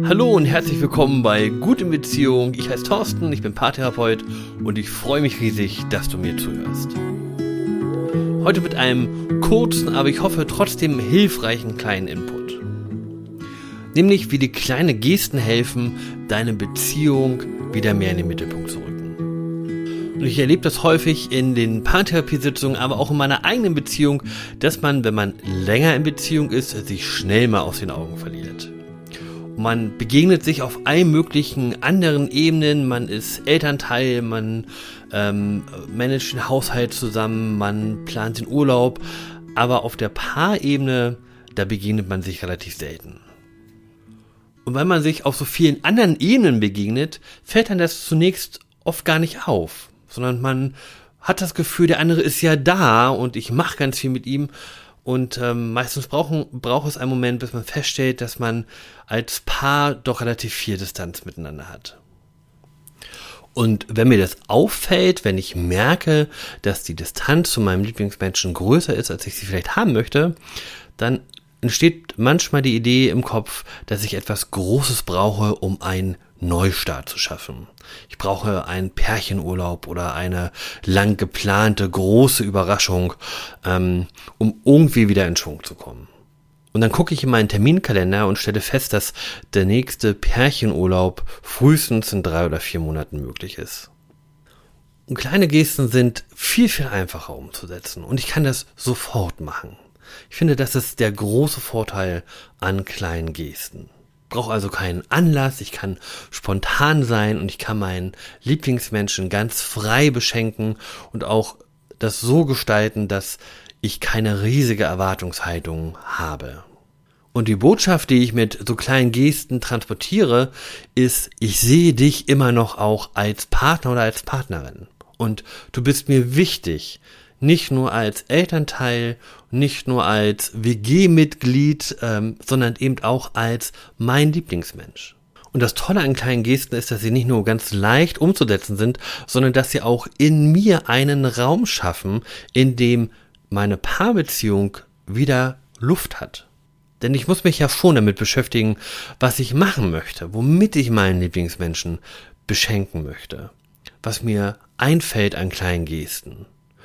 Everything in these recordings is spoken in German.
Hallo und herzlich willkommen bei Gut in Beziehung. Ich heiße Thorsten, ich bin Paartherapeut und ich freue mich riesig, dass du mir zuhörst. Heute mit einem kurzen, aber ich hoffe trotzdem hilfreichen kleinen Input. Nämlich, wie dir kleine Gesten helfen, deine Beziehung wieder mehr in den Mittelpunkt zu rücken. Und ich erlebe das häufig in den Paartherapiesitzungen, aber auch in meiner eigenen Beziehung, dass man, wenn man länger in Beziehung ist, sich schnell mal aus den Augen verliert. Man begegnet sich auf allen möglichen anderen Ebenen, man ist Elternteil, man managt den Haushalt zusammen, man plant den Urlaub, aber auf der Paarebene, da begegnet man sich relativ selten. Und weil man sich auf so vielen anderen Ebenen begegnet, fällt dann das zunächst oft gar nicht auf, sondern man hat das Gefühl, der andere ist ja da und ich mache ganz viel mit ihm. Und meistens braucht es einen Moment, bis man feststellt, dass man als Paar doch relativ viel Distanz miteinander hat. Und wenn mir das auffällt, wenn ich merke, dass die Distanz zu meinem Lieblingsmenschen größer ist, als ich sie vielleicht haben möchte, dann entsteht manchmal die Idee im Kopf, dass ich etwas Großes brauche, um einen Neustart zu schaffen. Ich brauche einen Pärchenurlaub oder eine lang geplante große Überraschung, um irgendwie wieder in Schwung zu kommen. Und dann gucke ich in meinen Terminkalender und stelle fest, dass der nächste Pärchenurlaub frühestens in 3 oder 4 Monaten möglich ist. Und kleine Gesten sind viel, viel einfacher umzusetzen und ich kann das sofort machen. Ich finde, das ist der große Vorteil an kleinen Gesten. Ich brauche also keinen Anlass, ich kann spontan sein und ich kann meinen Lieblingsmenschen ganz frei beschenken und auch das so gestalten, dass ich keine riesige Erwartungshaltung habe. Und die Botschaft, die ich mit so kleinen Gesten transportiere, ist, ich sehe dich immer noch auch als Partner oder als Partnerin. Und du bist mir wichtig, nicht nur als Elternteil, nicht nur als WG-Mitglied, sondern eben auch als mein Lieblingsmensch. Und das Tolle an kleinen Gesten ist, dass sie nicht nur ganz leicht umzusetzen sind, sondern dass sie auch in mir einen Raum schaffen, in dem meine Paarbeziehung wieder Luft hat. Denn ich muss mich ja schon damit beschäftigen, was ich machen möchte, womit ich meinen Lieblingsmenschen beschenken möchte, was mir einfällt an kleinen Gesten.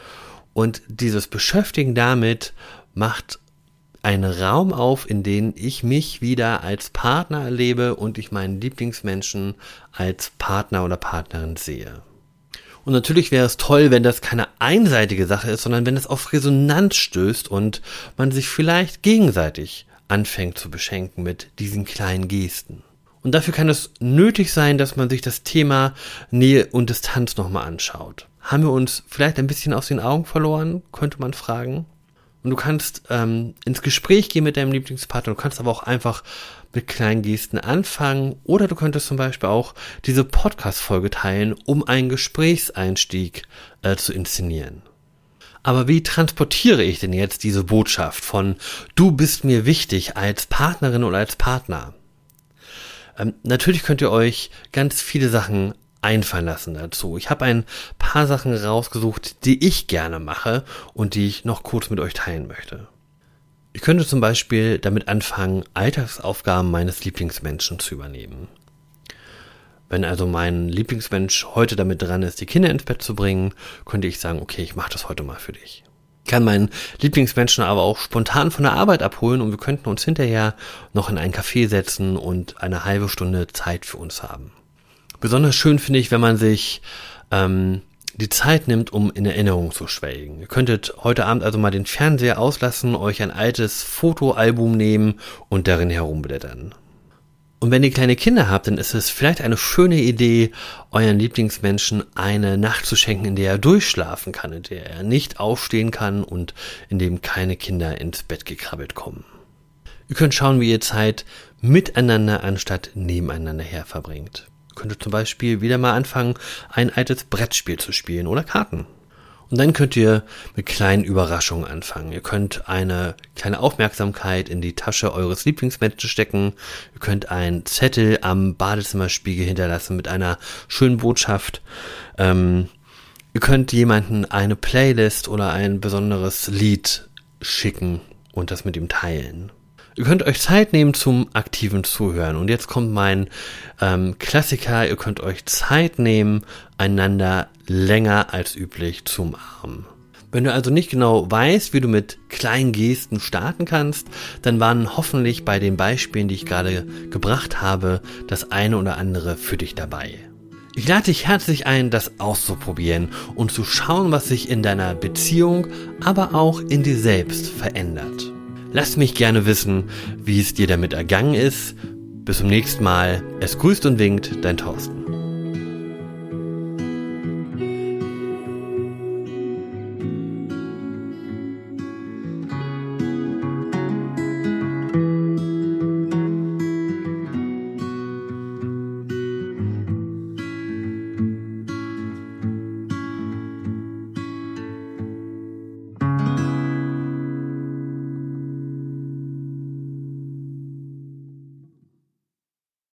Und dieses Beschäftigen damit macht einen Raum auf, in dem ich mich wieder als Partner erlebe und ich meinen Lieblingsmenschen als Partner oder Partnerin sehe. Und natürlich wäre es toll, wenn das keine einseitige Sache ist, sondern wenn es auf Resonanz stößt und man sich vielleicht gegenseitig anfängt zu beschenken mit diesen kleinen Gesten. Und dafür kann es nötig sein, dass man sich das Thema Nähe und Distanz nochmal anschaut. Haben wir uns vielleicht ein bisschen aus den Augen verloren, könnte man fragen. Und du kannst ins Gespräch gehen mit deinem Lieblingspartner, du kannst aber auch einfach mit kleinen Gesten anfangen oder du könntest zum Beispiel auch diese Podcast-Folge teilen, um einen Gesprächseinstieg zu inszenieren. Aber wie transportiere ich denn jetzt diese Botschaft von du bist mir wichtig als Partnerin oder als Partner? Natürlich könnt ihr euch ganz viele Sachen einfallen lassen dazu. Ich habe ein paar Sachen rausgesucht, die ich gerne mache und die ich noch kurz mit euch teilen möchte. Ich könnte zum Beispiel damit anfangen, Alltagsaufgaben meines Lieblingsmenschen zu übernehmen. Wenn also mein Lieblingsmensch heute damit dran ist, die Kinder ins Bett zu bringen, könnte ich sagen, okay, ich mache das heute mal für dich. Ich kann meinen Lieblingsmenschen aber auch spontan von der Arbeit abholen und wir könnten uns hinterher noch in ein Café setzen und eine halbe Stunde Zeit für uns haben. Besonders schön finde ich, wenn man sich die Zeit nimmt, um in Erinnerung zu schwelgen. Ihr könntet heute Abend also mal den Fernseher auslassen, euch ein altes Fotoalbum nehmen und darin herumblättern. Und wenn ihr kleine Kinder habt, dann ist es vielleicht eine schöne Idee, euren Lieblingsmenschen eine Nacht zu schenken, in der er durchschlafen kann, in der er nicht aufstehen kann und in dem keine Kinder ins Bett gekrabbelt kommen. Ihr könnt schauen, wie ihr Zeit miteinander anstatt nebeneinander her verbringt. Ihr könntet zum Beispiel wieder mal anfangen, ein altes Brettspiel zu spielen oder Karten. Und dann könnt ihr mit kleinen Überraschungen anfangen. Ihr könnt eine kleine Aufmerksamkeit in die Tasche eures Lieblingsmenschen stecken. Ihr könnt einen Zettel am Badezimmerspiegel hinterlassen mit einer schönen Botschaft. Ihr könnt jemanden eine Playlist oder ein besonderes Lied schicken und das mit ihm teilen. Ihr könnt euch Zeit nehmen zum aktiven Zuhören. Und jetzt kommt mein Klassiker, ihr könnt euch Zeit nehmen, einander länger als üblich zu umarmen. Wenn du also nicht genau weißt, wie du mit kleinen Gesten starten kannst, dann waren hoffentlich bei den Beispielen, die ich gerade gebracht habe, das eine oder andere für dich dabei. Ich lade dich herzlich ein, das auszuprobieren und zu schauen, was sich in deiner Beziehung, aber auch in dir selbst verändert. Lass mich gerne wissen, wie es dir damit ergangen ist. Bis zum nächsten Mal. Es grüßt und winkt, dein Thorsten.